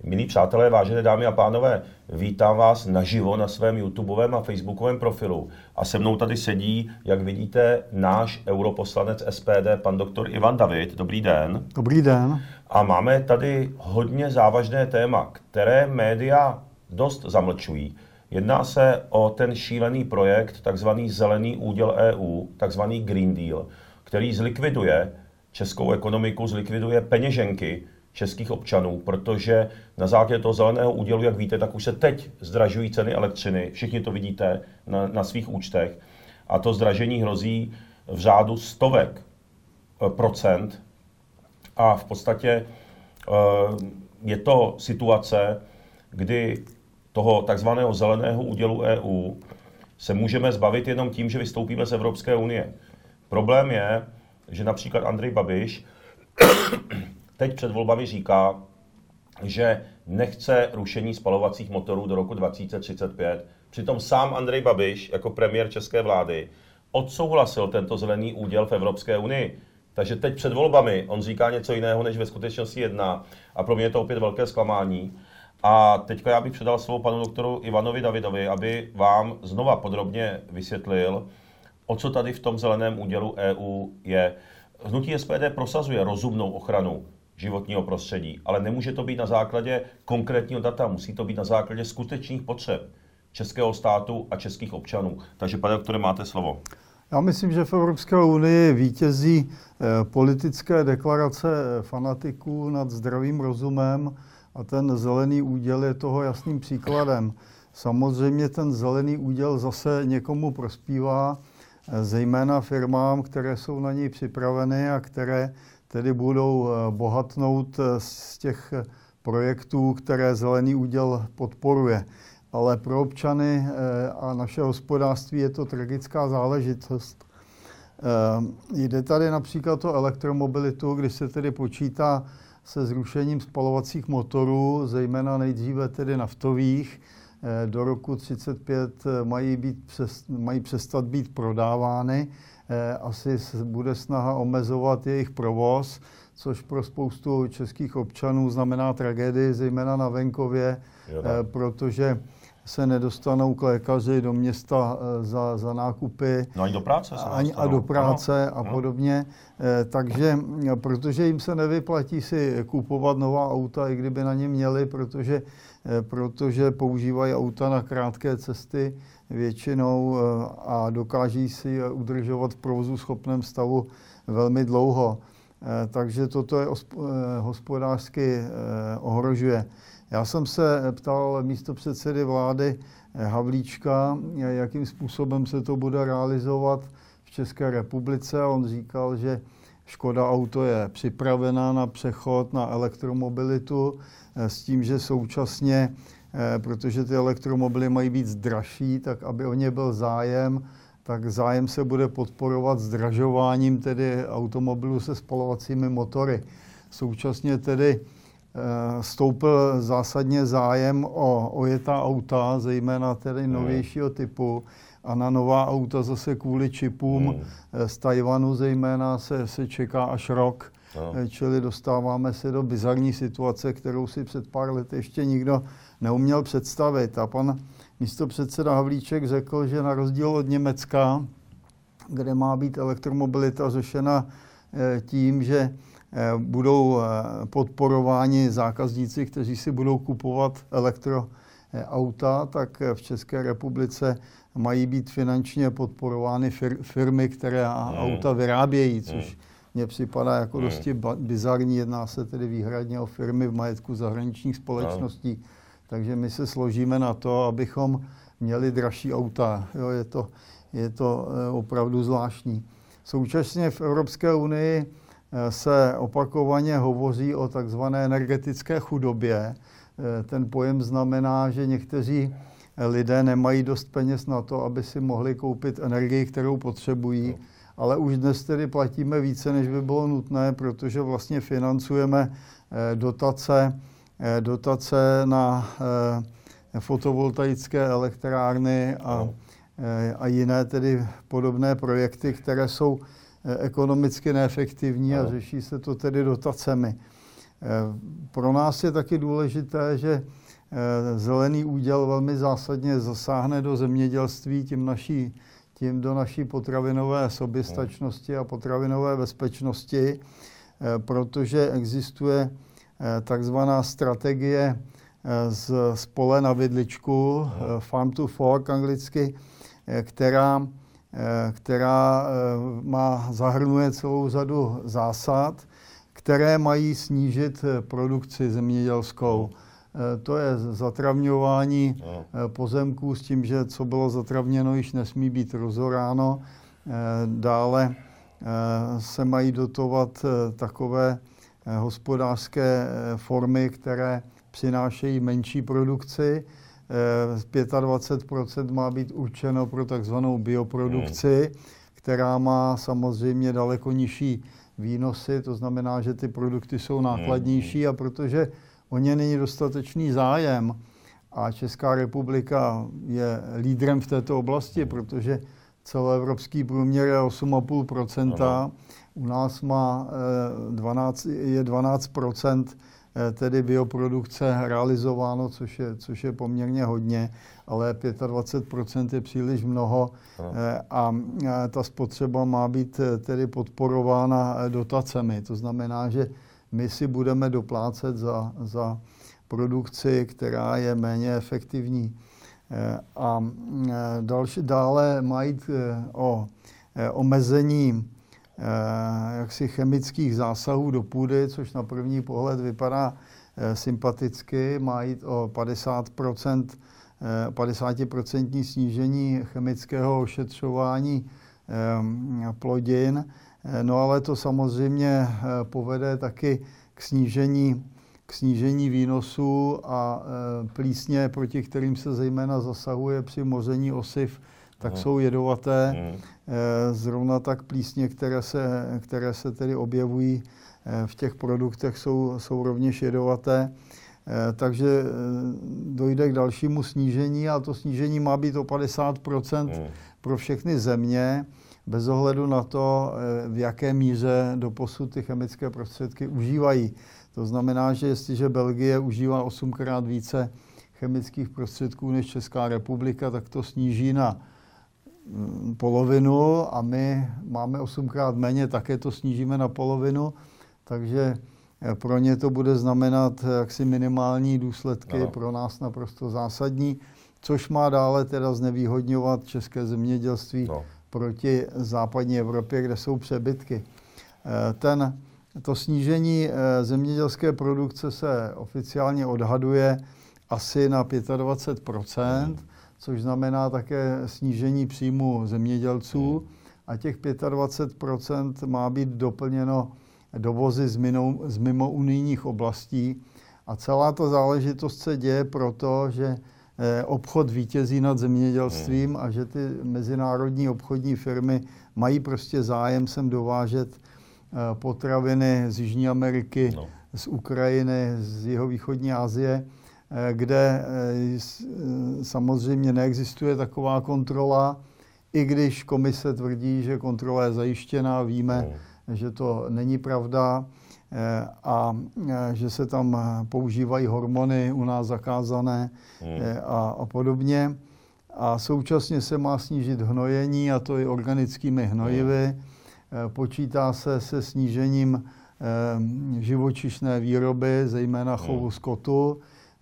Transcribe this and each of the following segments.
Milí přátelé, vážené dámy a pánové, vítám vás naživo na svém YouTubeovém a Facebookovém profilu. A se mnou tady sedí, jak vidíte, náš europoslanec SPD, pan doktor Ivan David. Dobrý den. Dobrý den. A máme tady hodně závažné téma, které média dost zamlčují. Jedná se o ten šílený projekt, takzvaný Zelený úděl EU, takzvaný Green Deal, který zlikviduje českou ekonomiku, zlikviduje peněženky českých občanů, protože na základě toho zeleného údělu, jak víte, tak už se teď zdražují ceny elektřiny, všichni to vidíte na svých účtech, a to zdražení hrozí v řádu stovek procent a v podstatě je to situace, kdy toho takzvaného zeleného údělu EU se můžeme zbavit jenom tím, že vystoupíme z Evropské unie. Problém je, že například Andrej Babiš teď před volbami říká, že nechce rušení spalovacích motorů do roku 2035. Přitom sám Andrej Babiš jako premiér české vlády odsouhlasil tento zelený úděl v Evropské unii. Takže teď před volbami on říká něco jiného, než ve skutečnosti jedná. A pro mě je to opět velké zklamání. A teďka já bych předal slovo panu doktoru Ivanovi Davidovi, aby vám znova podrobně vysvětlil, o co tady v tom zeleném údělu EU je. Hnutí SPD prosazuje rozumnou ochranu životního prostředí, ale nemůže to být na základě konkrétního data, musí to být na základě skutečných potřeb českého státu a českých občanů. Takže, pane doktore, máte slovo. Já myslím, že v Evropské unii vítězí politické deklarace fanatiků nad zdravým rozumem a ten zelený úděl je toho jasným příkladem. Samozřejmě ten zelený úděl zase někomu prospívá, zejména firmám, které jsou na něj připraveny a které tedy budou bohatnout z těch projektů, které zelený úděl podporuje. Ale pro občany a naše hospodářství je to tragická záležitost. Jde tady například o elektromobilitu, kdy se tedy počítá se zrušením spalovacích motorů, zejména nejdříve tedy naftových. Do roku 2035 mají přestat být prodávány. Asi bude snaha omezovat jejich provoz, což pro spoustu českých občanů znamená tragédii, zejména na venkově, protože se nedostanou k lékaři do města za nákupy. No ani do práce se a do práce a podobně. Takže, protože jim se nevyplatí si kupovat nová auta, i kdyby na ně měli, protože používají auta na krátké cesty většinou a dokáží si je udržovat v provozu schopném stavu velmi dlouho. Takže toto je hospodářsky ohrožuje. Já jsem se ptal místopředsedy vlády Havlíčka, jakým způsobem se to bude realizovat v České republice. On říkal, že Škoda Auto je připravená na přechod na elektromobilitu s tím, že současně, protože ty elektromobily mají být dražší, tak aby o ně byl zájem, tak zájem se bude podporovat zdražováním tedy automobilů se spalovacími motory. Současně tedy stoupil zásadně zájem o ojetá auta, zejména tedy novějšího typu, a na nová auta zase kvůli čipům z Tajvanu zejména se čeká až rok. Čili dostáváme se do bizarní situace, kterou si před pár lety ještě nikdo neuměl představit. A pan místopředseda Havlíček řekl, že na rozdíl od Německa, kde má být elektromobilita řešena tím, že budou podporováni zákazníci, kteří si budou kupovat elektroauta, tak v České republice mají být finančně podporovány firmy, které auta vyrábějí, což mně připadá jako dosti bizarní. Jedná se tedy výhradně o firmy v majetku zahraničních společností. Takže my se složíme na to, abychom měli dražší auta. Jo, je to opravdu zvláštní. Současně v Evropské unii se opakovaně hovoří o takzvané energetické chudobě. Ten pojem znamená, že někteří lidé nemají dost peněz na to, aby si mohli koupit energii, kterou potřebují, ale už dnes tedy platíme více, než by bylo nutné, protože vlastně financujeme dotace na fotovoltaické elektrárny a jiné tedy podobné projekty, které jsou ekonomicky neefektivní a řeší se to tedy dotacemi. Pro nás je taky důležité, že zelený úděl velmi zásadně zasáhne do zemědělství, tím do naší potravinové soběstačnosti a potravinové bezpečnosti, protože existuje takzvaná strategie z pole na vidličku, farm to fork anglicky, která zahrnuje celou řadu zásad, které mají snížit produkci zemědělskou. To je zatravňování pozemků s tím, že co bylo zatravněno, již nesmí být rozoráno. Dále se mají dotovat takové hospodářské formy, které přinášejí menší produkci. 25% má být určeno pro takzvanou bioprodukci, která má samozřejmě daleko nižší výnosy, to znamená, že ty produkty jsou nákladnější, a protože o ně není dostatečný zájem a Česká republika je lídrem v této oblasti, protože celoevropský průměr je 8,5%, u nás je 12% tedy bioprodukce realizováno, což je poměrně hodně, ale 25% je příliš mnoho a ta spotřeba má být tedy podporována dotacemi. To znamená, že my si budeme doplácet za produkci, která je méně efektivní. A dále má jít o omezení jaksi chemických zásahů do půdy, což na první pohled vypadá sympaticky. Má jít o 50% snížení chemického ošetřování plodin. No ale to samozřejmě povede taky k snížení výnosů a plísně, proti kterým se zejména zasahuje při moření osiv, tak jsou jedovaté. Zrovna tak plísně, které se tedy objevují v těch produktech, jsou rovněž jedovaté. Takže dojde k dalšímu snížení a to snížení má být o 50% pro všechny země, bez ohledu na to, v jaké míře doposud ty chemické prostředky užívají. To znamená, že jestliže Belgie užívá 8krát více chemických prostředků než Česká republika, tak to sníží na polovinu a my máme 8krát méně, také to snížíme na polovinu, takže pro ně to bude znamenat jaksi minimální důsledky, pro nás naprosto zásadní, což má dále teda znevýhodňovat české zemědělství proti západní Evropě, kde jsou přebytky. To snížení zemědělské produkce se oficiálně odhaduje asi na 25%, což znamená také snížení příjmu zemědělců a těch 25% má být doplněno dovozy z mimounijních oblastí. A celá ta záležitost se děje proto, že obchod vítězí nad zemědělstvím a že ty mezinárodní obchodní firmy mají prostě zájem sem dovážet potraviny z Jižní Ameriky, z Ukrajiny, z jihovýchodní Asie, kde samozřejmě neexistuje taková kontrola, i když komise tvrdí, že kontrola je zajištěná, víme, že to není pravda a že se tam používají hormony u nás zakázané a podobně. A současně se má snížit hnojení, a to i organickými hnojivy. Počítá se snížením živočišné výroby, zejména chovu skotu.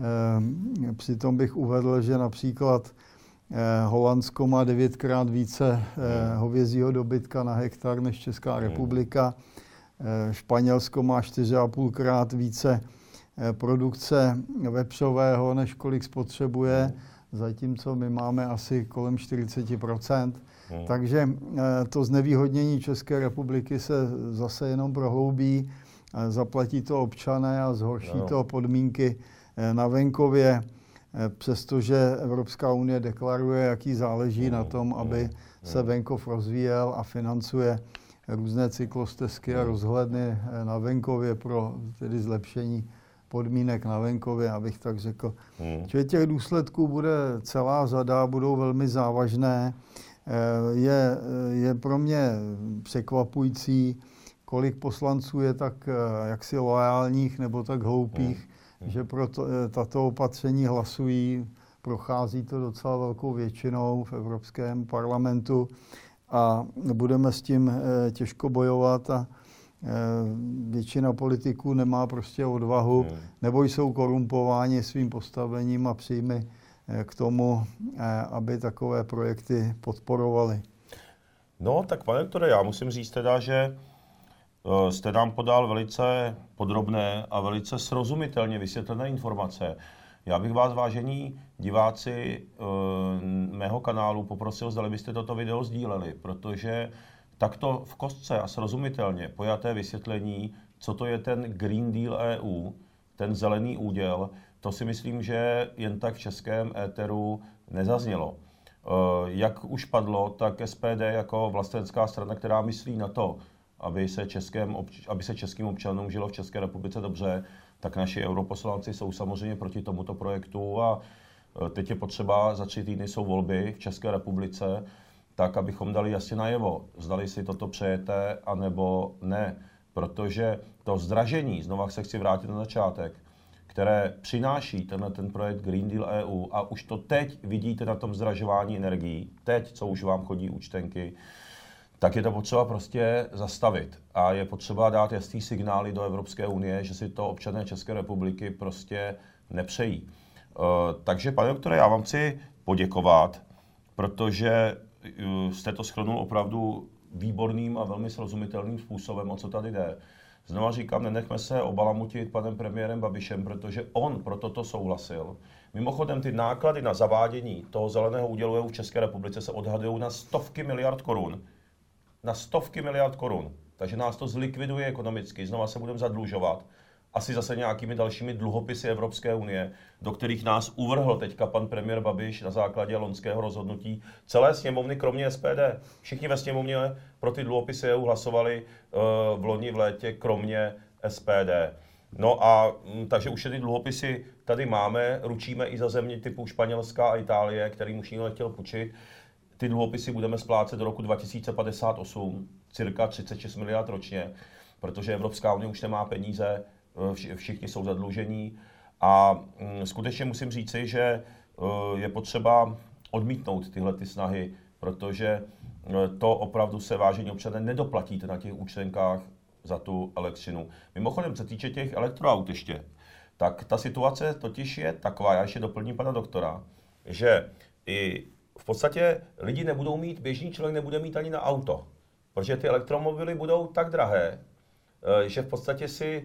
Přitom bych uvedl, že například Holandsko má 9krát více hovězího dobytka na hektar než Česká republika. Španělsko má 4,5krát více produkce vepřového, než kolik spotřebuje, zatímco my máme asi kolem 40%. Takže to znevýhodnění České republiky se zase jenom prohloubí, zaplatí to občané a zhorší to podmínky na venkově, přestože Evropská unie deklaruje, jak jí záleží na tom, aby se venkov rozvíjel a financuje různé cyklostezky a rozhledny na venkově pro tedy zlepšení podmínek na venkově, abych tak řekl. Čili těch důsledků bude celá řada, budou velmi závažné. Je pro mě překvapující, kolik poslanců je tak jaksi loajálních nebo tak hloupých, že pro tato opatření hlasují. Prochází to docela velkou většinou v Evropském parlamentu a budeme s tím těžko bojovat a většina politiků nemá prostě odvahu nebo jsou korumpováni svým postavením a příjmy k tomu, aby takové projekty podporovali. No, tak pane doktore, já musím říct teda, že jste nám podal velice podrobné a velice srozumitelně vysvětlené informace. Já bych vás, vážení diváci mého kanálu, poprosil, zda byste toto video sdíleli, protože takto v kostce a srozumitelně pojaté vysvětlení, co to je ten Green Deal EU, ten zelený úděl, to si myslím, že jen tak v českém éteru nezaznělo. Jak už padlo, tak SPD jako vlastenecká strana, která myslí na to, aby se českým občanům žilo v České republice dobře, tak naši europoslanci jsou samozřejmě proti tomuto projektu a teď je potřeba, za 3 týdny jsou volby v České republice, tak abychom dali jasně najevo, zdali si toto přejete, anebo ne. Protože to zdražení, znova se chci vrátit na začátek, které přináší ten projekt Green Deal EU a už to teď vidíte na tom zdražování energií, teď, co už vám chodí účtenky, tak je to potřeba prostě zastavit. A je potřeba dát jasný signály do Evropské unie, že si to občané České republiky prostě nepřejí. Takže, pane doktore, já vám chci poděkovat, protože jste to shrnul opravdu výborným a velmi srozumitelným způsobem, o co tady jde. Znova říkám, nenechme se obalamutit panem premiérem Babišem, protože on pro toto souhlasil. Mimochodem, ty náklady na zavádění toho zeleného údělu EU v České republice se odhadují na stovky miliard korun. Na stovky miliard korun. Takže nás to zlikviduje ekonomicky. Znova se budeme zadlužovat. Asi zase nějakými dalšími dluhopisy Evropské unie, do kterých nás uvrhl teďka pan premiér Babiš na základě loňského rozhodnutí celé sněmovny, kromě SPD. Všichni ve sněmovně pro ty dluhopisy EU hlasovali v loni v létě, kromě SPD. No a takže už ty dluhopisy tady máme, ručíme i za země typu Španělska a Itálie, kterým už nikdo nechtěl půjčit. Ty dluhopisy budeme splácet do roku 2058, cirka 36 miliard ročně, protože Evropská unie už nemá peníze, všichni jsou zadlužení a skutečně musím říci, že je potřeba odmítnout tyhle ty snahy, protože to opravdu se, vážení občané, nedoplatíte na těch účtenkách za tu elektřinu. Mimochodem, co týče těch elektroaut ještě, tak ta situace totiž je taková, já ještě doplním pana doktora, že i v podstatě lidi nebudou mít, běžný člověk nebude mít ani na auto, protože ty elektromobily budou tak drahé, že v podstatě si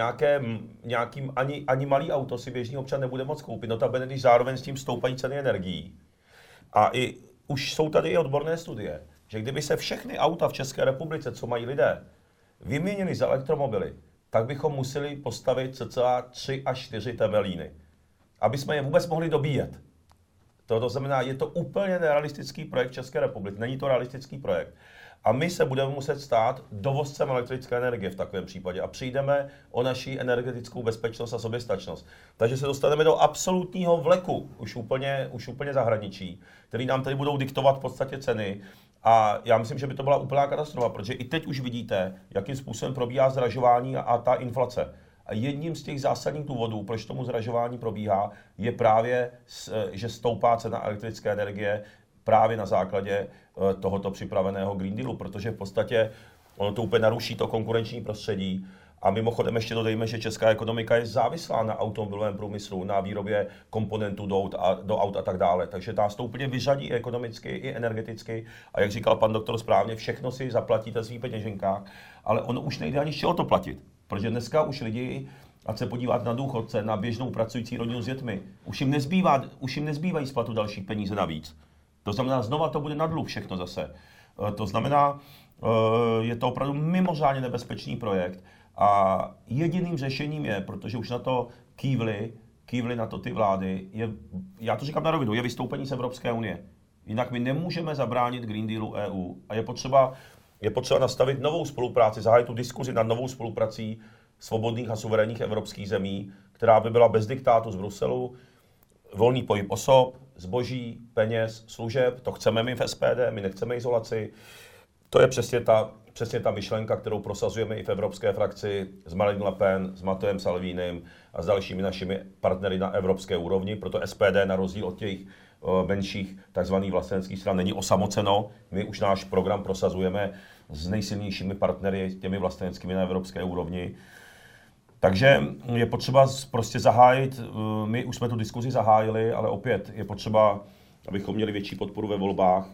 nějakým ani malý auto si běžný občan nebude moc koupit, notabene, když zároveň s tím stoupají ceny energií. A už jsou tady i odborné studie, že kdyby se všechny auta v České republice, co mají lidé, vyměnili za elektromobily, tak bychom museli postavit cca 3 až 4 Temelíny, aby jsme je vůbec mohli dobíjet. To znamená, je to úplně nerealistický projekt v České republice, není to realistický projekt. A my se budeme muset stát dovozcem elektrické energie v takovém případě a přijdeme o naši energetickou bezpečnost a soběstačnost. Takže se dostaneme do absolutního vleku, už úplně zahraničí, který nám tady budou diktovat v podstatě ceny. A já myslím, že by to byla úplná katastrofa, protože i teď už vidíte, jakým způsobem probíhá zdražování a ta inflace. A jedním z těch zásadních důvodů, proč tomu zdražování probíhá, je právě, že stoupá cena elektrické energie právě na základě tohoto připraveného Green Dealu, protože v podstatě ono to úplně naruší to konkurenční prostředí. A mimochodem ještě dodejme, že česká ekonomika je závislá na automobilovém průmyslu, na výrobě komponentů do aut a tak dále. Takže nás to úplně vyřadí ekonomicky i energeticky. A jak říkal pan doktor správně, všechno si zaplatíte ve svých peněženkách, ale ono už nejde ani z čeho to platit. Protože dneska už lidi, ať se podívat na důchodce, na běžnou pracující rodinu s dětmi, už jim nezbývají z platu další peníze navíc. To znamená, znova to bude na dluh všechno zase. To znamená, je to opravdu mimořádně nebezpečný projekt a jediným řešením je, protože už na to kývly na to ty vlády, já to říkám na rovinu, je vystoupení z Evropské unie. Jinak my nemůžeme zabránit Green Dealu EU a je potřeba nastavit novou spolupráci, zahájit tu diskuzi nad novou spoluprací svobodných a suverénních evropských zemí, která by byla bez diktátu z Bruselu, volný pohyb osob, zboží, peněz, služeb, to chceme my v SPD, my nechceme izolaci. To je přesně ta přesně ta myšlenka, kterou prosazujeme i v evropské frakci s Marine Le Pen, s Matteem Salvinim a s dalšími našimi partnery na evropské úrovni. Proto SPD na rozdíl od těch menších takzvaných vlasteneckých stran není osamoceno. My už náš program prosazujeme s nejsilnějšími partnery, těmi vlasteneckými na evropské úrovni. Takže je potřeba prostě zahájit, my už jsme tu diskuzi zahájili, ale opět je potřeba, abychom měli větší podporu ve volbách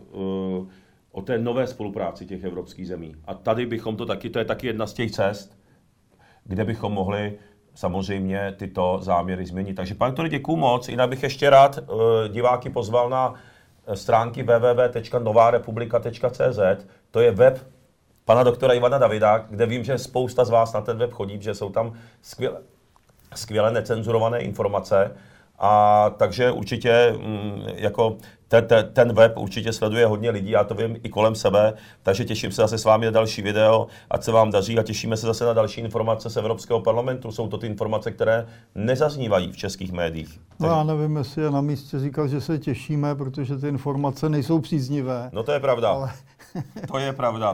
o té nové spolupráci těch evropských zemí. A tady bychom to je taky jedna z těch cest, kde bychom mohli samozřejmě tyto záměry změnit. Takže pane doktore, děkuju moc. Jinak bych ještě rád diváky pozval na stránky www.novarepublika.cz. To je web pana doktora Ivana Davida, kde vím, že spousta z vás na ten web chodí, že jsou tam skvěle necenzurované informace. A takže určitě jako ten web určitě sleduje hodně lidí, já to vím i kolem sebe, takže těším se zase s vámi na další video, ať se vám daří a těšíme se zase na další informace z Evropského parlamentu. Jsou to ty informace, které nezaznívají v českých médiích. No já nevím, jestli je na místě říkat, že se těšíme, protože ty informace nejsou příznivé. No to je pravda. Ale... to je pravda.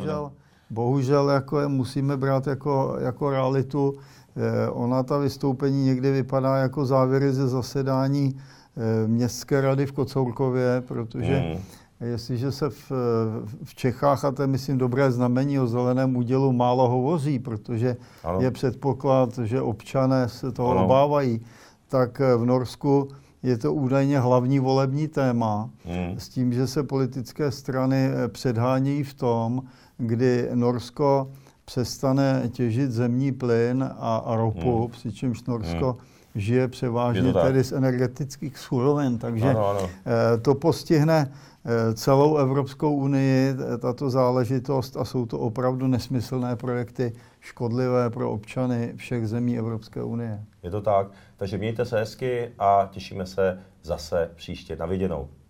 Bohužel jako musíme brát jako realitu. Ona ta vystoupení někdy vypadá jako závěry ze zasedání městské rady v Kocourkově, protože jestliže se v Čechách, a to je myslím dobré znamení, o zeleném údělu málo hovoří, protože je předpoklad, že občané se toho obávají, tak v Norsku je to údajně hlavní volební téma, s tím, že se politické strany předhánějí v tom, kdy Norsko přestane těžit zemní plyn a ropu, přičemž Norsko žije převážně tedy z energetických surovin. Takže to postihne celou Evropskou unii, tato záležitost, a jsou to opravdu nesmyslné projekty, škodlivé pro občany všech zemí Evropské unie. Je to tak. Takže mějte se hezky a těšíme se zase příště. Na viděnou.